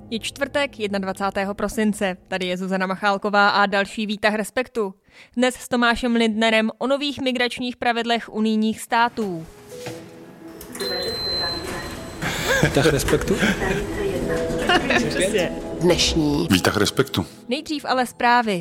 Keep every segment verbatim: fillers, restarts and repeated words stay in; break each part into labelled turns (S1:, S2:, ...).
S1: Je čtvrtek, dvacátého prvního prosince. Tady je Zuzana Machálková a další výtah Respektu. Dnes s Tomášem Lindnerem o nových migračních pravidlech unijních států.
S2: Výtah Respektu?
S3: Dnešní
S4: Výtah Respektu.
S1: Nejdřív ale zprávy.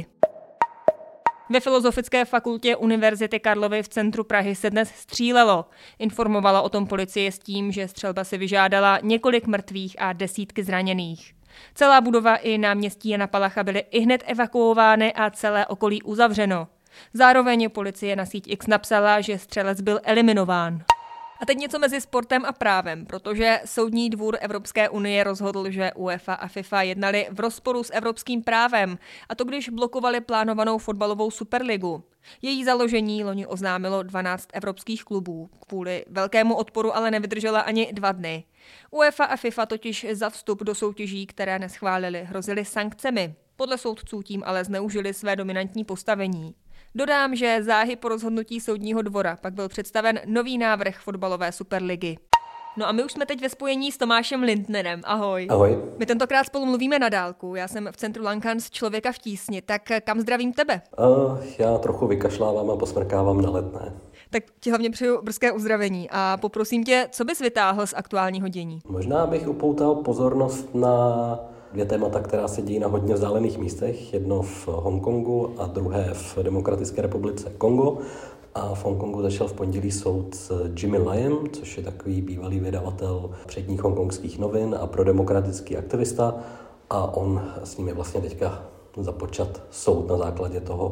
S1: Ve Filozofické fakultě Univerzity Karlovy v centru Prahy se dnes střílelo. Informovala o tom policie s tím, že střelba si vyžádala několik mrtvých a desítky zraněných. Celá budova i náměstí Jana Palacha byly ihned evakuovány a celé okolí uzavřeno. Zároveň policie na síť X napsala, že střelec byl eliminován. A teď něco mezi sportem a právem, protože Soudní dvůr Evropské unie rozhodl, že UEFA a FIFA jednali v rozporu s evropským právem, a to když blokovali plánovanou fotbalovou superligu. Její založení loni oznámilo dvanáct evropských klubů. Kvůli velkému odporu ale nevydržela ani dva dny. UEFA a FIFA totiž za vstup do soutěží, které neschválili, hrozily sankcemi. Podle soudců tím ale zneužili své dominantní postavení. Dodám, že záhy po rozhodnutí Soudního dvora pak byl představen nový návrh fotbalové superligy. No a my už jsme teď ve spojení s Tomášem Lindnerem. Ahoj.
S5: Ahoj.
S1: My tentokrát spolu mluvíme na dálku. Já jsem v centru Lankans Člověka v tísni. Tak kam zdravím tebe?
S5: Uh, já trochu vykašlávám a posmrkávám na Letné.
S1: Tak ti hlavně přeju brzké uzdravení a poprosím tě, co bys vytáhl z aktuálního dění?
S5: Možná bych upoutal pozornost na dvě témata, která se dějí na hodně vzdálených místech. Jedno v Hongkongu a druhé v Demokratické republice Kongo. A v Hongkongu začal v pondělí soud s Jimmy Layem, což je takový bývalý vydavatel předních hongkongských novin a prodemokratický aktivista. A on s ním je vlastně teďka započat soud na základě toho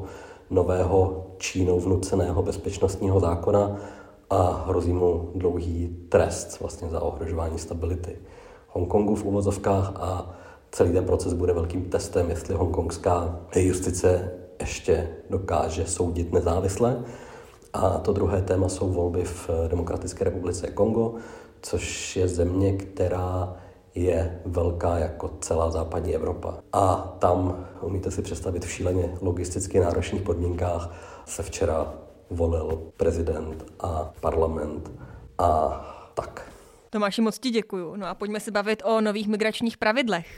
S5: nového Čínou vnuceného bezpečnostního zákona a hrozí mu dlouhý trest vlastně za ohrožování stability Hongkongu v uvozovkách a celý ten proces bude velkým testem, jestli hongkongská justice ještě dokáže soudit nezávisle. A to druhé téma jsou volby v Demokratické republice Kongo, což je země, která je velká jako celá západní Evropa. A tam, umíte si představit, v šíleně logisticky náročných podmínkách se včera volil prezident a parlament a tak.
S1: Tomáši, moc ti děkuju. No a pojďme se bavit o nových migračních pravidlech.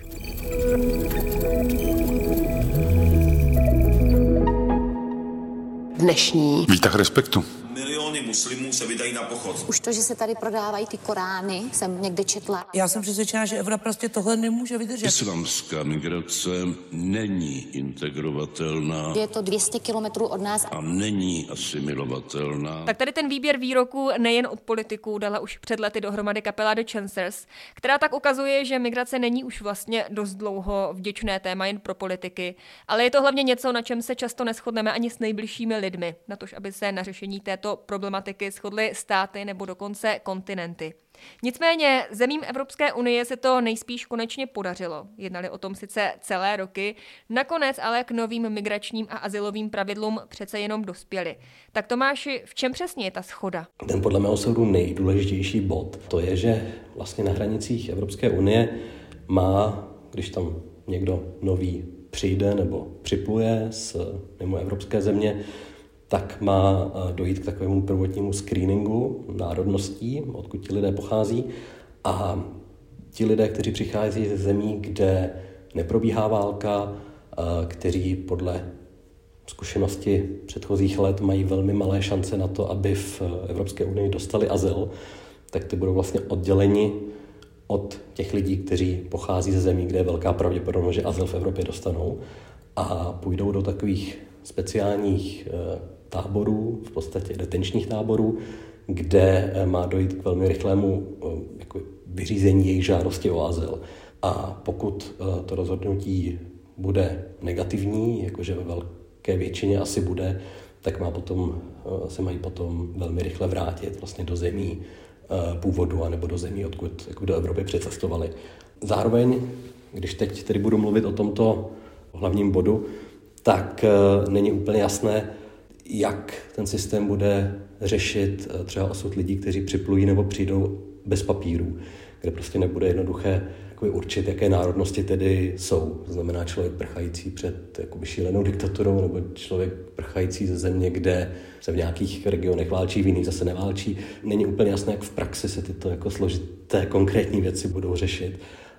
S3: dnešní
S4: Výtah Respektu.
S6: Miliony muslimů se vydají na pochod.
S7: Už to, že se tady prodávají ty Korány, jsem někde četla.
S8: Já jsem přesvědčená, že Evropa prostě tohle nemůže vydržet.
S6: Islámská migrace není integrovatelná.
S7: Je to dvě stě kilometrů od nás.
S6: A není asimilovatelná.
S1: Tak tady ten výběr výroků nejen od politiků dala už před lety dohromady kapela The Chancers, která tak ukazuje, že migrace není už vlastně dost dlouho vděčné téma jen pro politiky, ale je to hlavně něco, na čem se často neshodneme ani s nejbližšími lidmi, natož aby se na řešení této problematiky shodly státy nebo dokonce kontinenty. Nicméně zemím Evropské unie se to nejspíš konečně podařilo. Jednali o tom sice celé roky, nakonec ale k novým migračním a azylovým pravidlům přece jenom dospěli. Tak Tomáši, v čem přesně je ta shoda?
S5: Ten podle mého soudu nejdůležitější bod, to je, že vlastně na hranicích Evropské unie má, když tam někdo nový přijde nebo připluje z mimo evropské země, tak má dojít k takovému prvotnímu screeningu národností, odkud ti lidé pochází. A ti lidé, kteří přichází ze zemí, kde neprobíhá válka, kteří podle zkušenosti předchozích let mají velmi malé šance na to, aby v Evropské unii dostali azyl, tak ty budou vlastně odděleni od těch lidí, kteří pochází ze zemí, kde je velká pravděpodobnost, že azyl v Evropě dostanou, a půjdou do takových speciálních táborů, v podstatě detenčních táborů, kde má dojít k velmi rychlému jako vyřízení jejich žádosti o azyl. A pokud to rozhodnutí bude negativní, jakože ve velké většině asi bude, tak má potom, se mají potom velmi rychle vrátit vlastně do zemí původu anebo do zemí, odkud jako do Evropy přicestovali. Zároveň, když teď tedy budu mluvit o tomto hlavním bodu, tak není úplně jasné, jak ten systém bude řešit třeba osud lidí, kteří připlují nebo přijdou bez papírů, kde prostě nebude jednoduché určit, jaké národnosti tedy jsou. To znamená člověk prchající před jakoby šílenou diktaturou nebo člověk prchající ze země, kde se v nějakých regionech válčí, v jiných zase neválčí. Není úplně jasné, jak v praxi se tyto jako složité konkrétní věci budou řešit.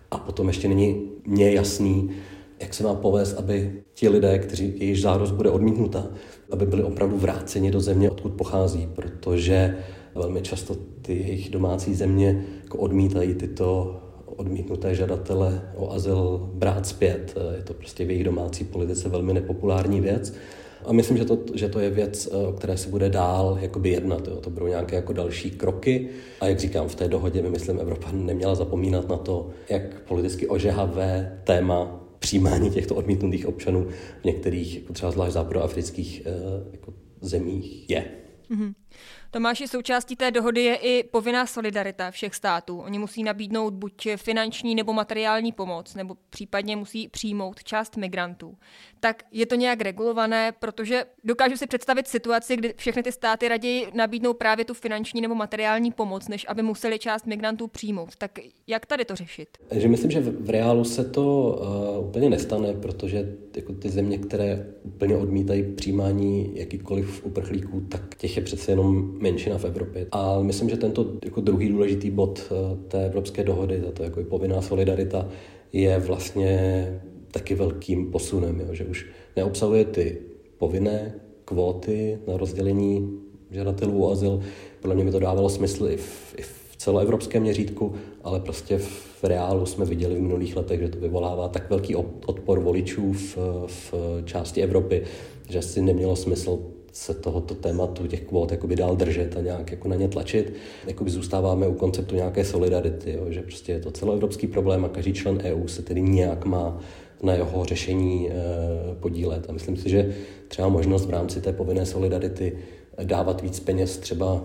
S5: A potom ještě není mně jasný, jak se má povést, aby ti lidé, kteří jejich žádost bude odmítnuta, aby byli opravdu vráceni do země, odkud pochází, protože velmi často ty jejich domácí země jako odmítají tyto odmítnuté žadatele o azyl brát zpět. Je to prostě v jejich domácí politice velmi nepopulární věc. A myslím, že to, že to je věc, o které se bude dál jakoby jednat. Jo. To budou nějaké jako další kroky. A jak říkám, v té dohodě by, myslím, Evropa neměla zapomínat na to, jak politicky ožehavé téma přijímání těchto odmítnutých občanů v některých, jako třeba zvlášť západoafrických jako zemích je.
S1: Mm-hmm. Tomáši, součástí té dohody je i povinná solidarita všech států. Oni musí nabídnout buď finanční nebo materiální pomoc, nebo případně musí přijmout část migrantů. Tak je to nějak regulované, protože dokážu si představit situaci, kdy všechny ty státy raději nabídnou právě tu finanční nebo materiální pomoc, než aby museli část migrantů přijmout. Tak jak tady to řešit?
S5: Takže myslím, že v reálu se to uh, úplně nestane, protože jako ty země, které úplně odmítají přijímání jakýkoliv uprchlíků, tak těch je přece jenom menšina v Evropě. A myslím, že tento jako druhý důležitý bod té evropské dohody, tato jako povinná solidarita, je vlastně taky velkým posunem, jo, že už neobsahuje ty povinné kvóty na rozdělení žadatelů o azyl. Podle mě by to dávalo smysl i v, i v celoevropském měřítku, ale prostě v reálu jsme viděli v minulých letech, že to vyvolává tak velký odpor voličů v, v části Evropy, že si nemělo smysl se tohoto tématu těch kvót jakoby dál držet a nějak jako na ně tlačit. Jakoby zůstáváme u konceptu nějaké solidarity, jo, že prostě je to celoevropský problém a každý člen E U se tedy nějak má na jeho řešení e, podílet. A myslím si, že třeba možnost v rámci té povinné solidarity dávat víc peněz třeba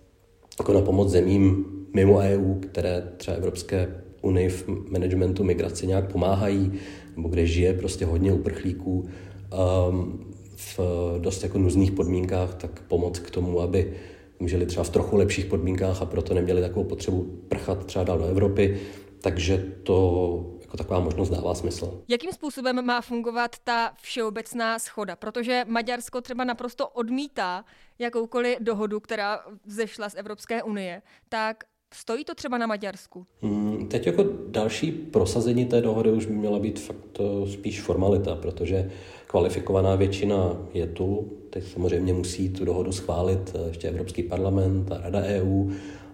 S5: jako na pomoc zemím mimo E U, které třeba Evropské unii v managementu migrace nějak pomáhají, nebo kde žije prostě hodně uprchlíků, um, v dost jako nuzných podmínkách, tak pomoct k tomu, aby žili třeba v trochu lepších podmínkách a proto neměli takovou potřebu prchat třeba dál do Evropy, takže to jako taková možnost dává smysl.
S1: Jakým způsobem má fungovat ta všeobecná shoda? Protože Maďarsko třeba naprosto odmítá jakoukoliv dohodu, která vzešla z Evropské unie, tak stojí to třeba na Maďarsku?
S5: Hmm, teď jako další prosazení té dohody už by měla být fakt spíš formalita, protože kvalifikovaná většina je tu. Teď samozřejmě musí tu dohodu schválit ještě Evropský parlament a Rada E U,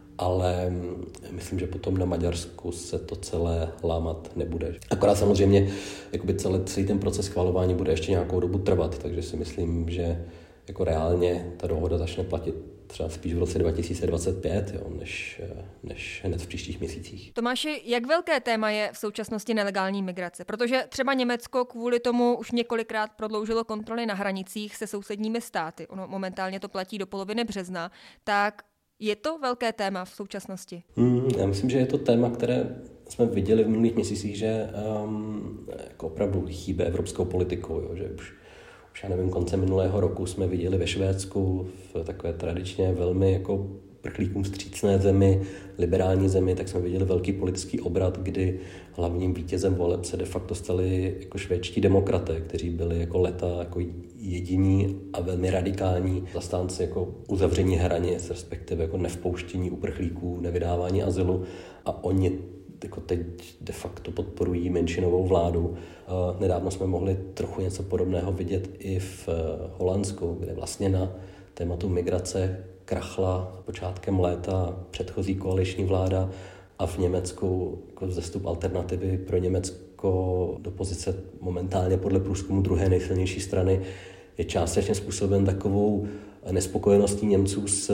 S5: ale myslím, že potom na Maďarsku se to celé lámat nebude. Akorát samozřejmě jakoby celý, celý ten proces schvalování bude ještě nějakou dobu trvat, takže si myslím, že jako reálně ta dohoda začne platit třeba spíš v roce dva tisíce dvacet pět, jo, než, než hned v příštích měsících.
S1: Tomáši, jak velké téma je v současnosti nelegální migrace? Protože třeba Německo kvůli tomu už několikrát prodloužilo kontroly na hranicích se sousedními státy. Ono momentálně to platí do poloviny března. Tak je to velké téma v současnosti? Hmm,
S5: já myslím, že je to téma, které jsme viděli v minulých měsících, že um, jako opravdu chýbe evropskou politikou, jo, že už Už já nevím, koncem minulého roku jsme viděli ve Švédsku, v takové tradičně velmi jako prchlíkům vstřícné zemi, liberální zemi, tak jsme viděli velký politický obrat, kdy hlavním vítězem voleb se de facto stali jako švédští demokraté, kteří byli jako leta jako jediní a velmi radikální zastánci jako uzavření hranic, respektive jako nevpouštění uprchlíků, nevydávání azylu, a oni jako teď de facto podporují menšinovou vládu. Nedávno jsme mohli trochu něco podobného vidět i v Holandsku, kde vlastně na tématu migrace krachla počátkem léta předchozí koaliční vláda a v Německu jako vzestup alternativy pro Německo do pozice momentálně podle průzkumu druhé nejsilnější strany je částečně způsoben takovou nespokojeností Němců s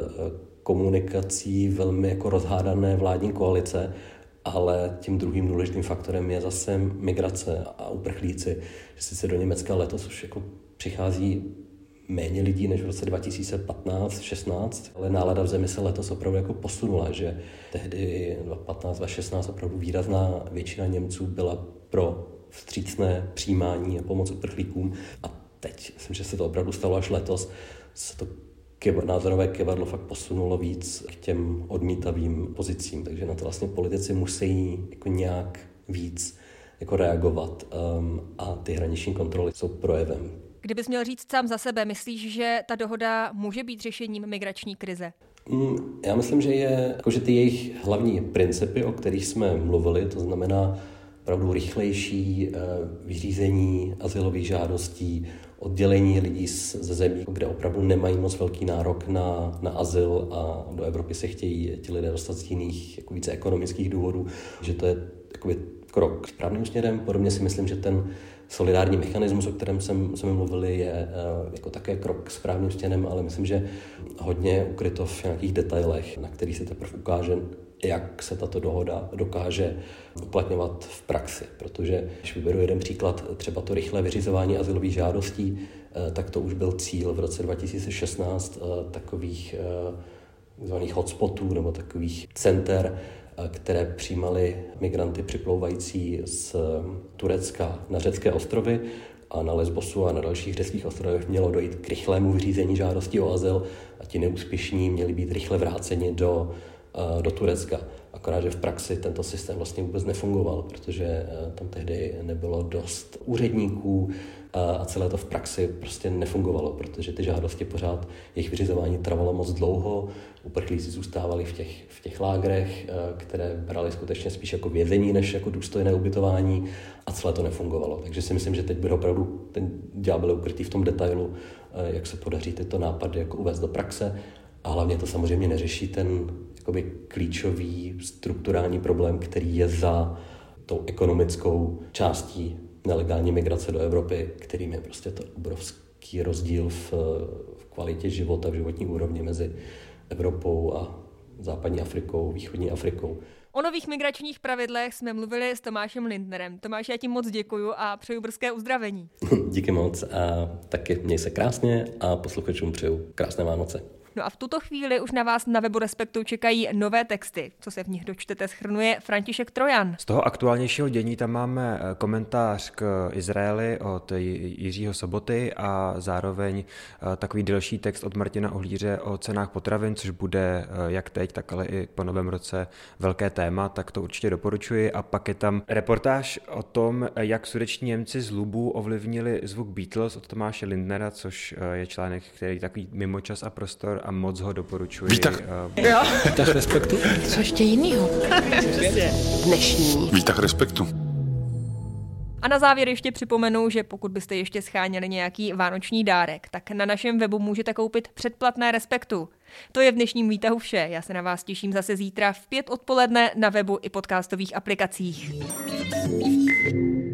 S5: komunikací velmi jako rozhádané vládní koalice, ale tím druhým důležitým faktorem je zase migrace a uprchlíci. Že sice do Německa letos už jako přichází méně lidí než v roce dva tisíce patnáct šestnáct, ale nálada v zemi se letos opravdu jako posunula, že tehdy dva tisíce patnáct dva tisíce šestnáct opravdu výrazná většina Němců byla pro vstřícné přijímání a pomoc uprchlíkům. A teď, myslím, že se to opravdu stalo až letos, se to názorové kyvadlo fakt posunulo víc k těm odmítavým pozicím, takže na to vlastně politici musí jako nějak víc jako reagovat um, a ty hraniční kontroly jsou projevem.
S1: Kdybys měl říct sám za sebe, myslíš, že ta dohoda může být řešením migrační krize?
S5: Já myslím, že je, jako, že ty jejich hlavní principy, o kterých jsme mluvili, to znamená opravdu rychlejší vyřízení azylových žádostí, oddělení lidí ze zemí, kde opravdu nemají moc velký nárok na, na azyl a do Evropy se chtějí ti lidé dostat z jiných jako více ekonomických důvodů, že to je jakoby krok správným směrem. Podobně si myslím, že ten solidární mechanismus, o kterém jsem, jsme mluvili, je jako také krok správným směrem, ale myslím, že hodně ukryto v nějakých detailech, na kterých se teprve ukáže, jak se tato dohoda dokáže uplatňovat v praxi. Protože, když vyberu jeden příklad, třeba to rychlé vyřizování azylových žádostí, tak to už byl cíl v roce dva tisíce šestnáct takových takzvaných hotspotů nebo takových center, které přijímaly migranty připlouvající z Turecka na řecké ostrovy, a na Lesbosu a na dalších řeckých ostrovech mělo dojít k rychlému vyřízení žádosti o azyl a ti neúspěšní měli být rychle vráceni do, do Turecka. Akorát, že v praxi tento systém vlastně vůbec nefungoval, protože tam tehdy nebylo dost úředníků a celé to v praxi prostě nefungovalo, protože ty žádosti pořád, jejich vyřizování trvalo moc dlouho, uprchlíci zůstávali v těch, v těch lágrech, které brali skutečně spíš jako vězení, než jako důstojné ubytování a celé to nefungovalo. Takže si myslím, že teď bude opravdu ten ďábel ukrytý v tom detailu, jak se podaří tyto nápady jako uvést do praxe. A hlavně to samozřejmě neřeší ten jakoby klíčový strukturální problém, který je za tou ekonomickou částí nelegální migrace do Evropy, kterým je prostě to obrovský rozdíl v, v kvalitě života, v životní úrovni mezi Evropou a západní Afrikou, východní Afrikou.
S1: O nových migračních pravidlech jsme mluvili s Tomášem Lindnerem. Tomáš, já ti moc děkuju a přeju brzké uzdravení.
S5: Díky moc a taky měj se krásně a posluchačům přeju krásné Vánoce.
S1: No a v tuto chvíli už na vás na webu Respektu čekají nové texty. Co se v nich dočtete, shrnuje František Trojan.
S3: Z toho aktuálnějšího dění tam máme komentář k Izraeli od Jiřího Soboty a zároveň takový delší text od Martina Ohlíře o cenách potravin, což bude jak teď, tak ale i po novém roce velké téma, tak to určitě doporučuji. A pak je tam reportáž o tom, jak sudeční Němci z Lubu ovlivnili zvuk Beatles od Tomáše Lindnera, což je článek, který takový mimo čas a prostor a moc ho doporučuji.
S2: Výtah. Jo. Výtah Respektu.
S4: Co ještě jinýho? Dnešní.
S2: Výtah Respektu.
S1: A na závěr ještě připomenu, že pokud byste ještě scháněli nějaký vánoční dárek, tak na našem webu můžete koupit předplatné Respektu. To je v dnešním výtahu vše. Já se na vás těším zase zítra v pět odpoledne na webu i podcastových aplikacích.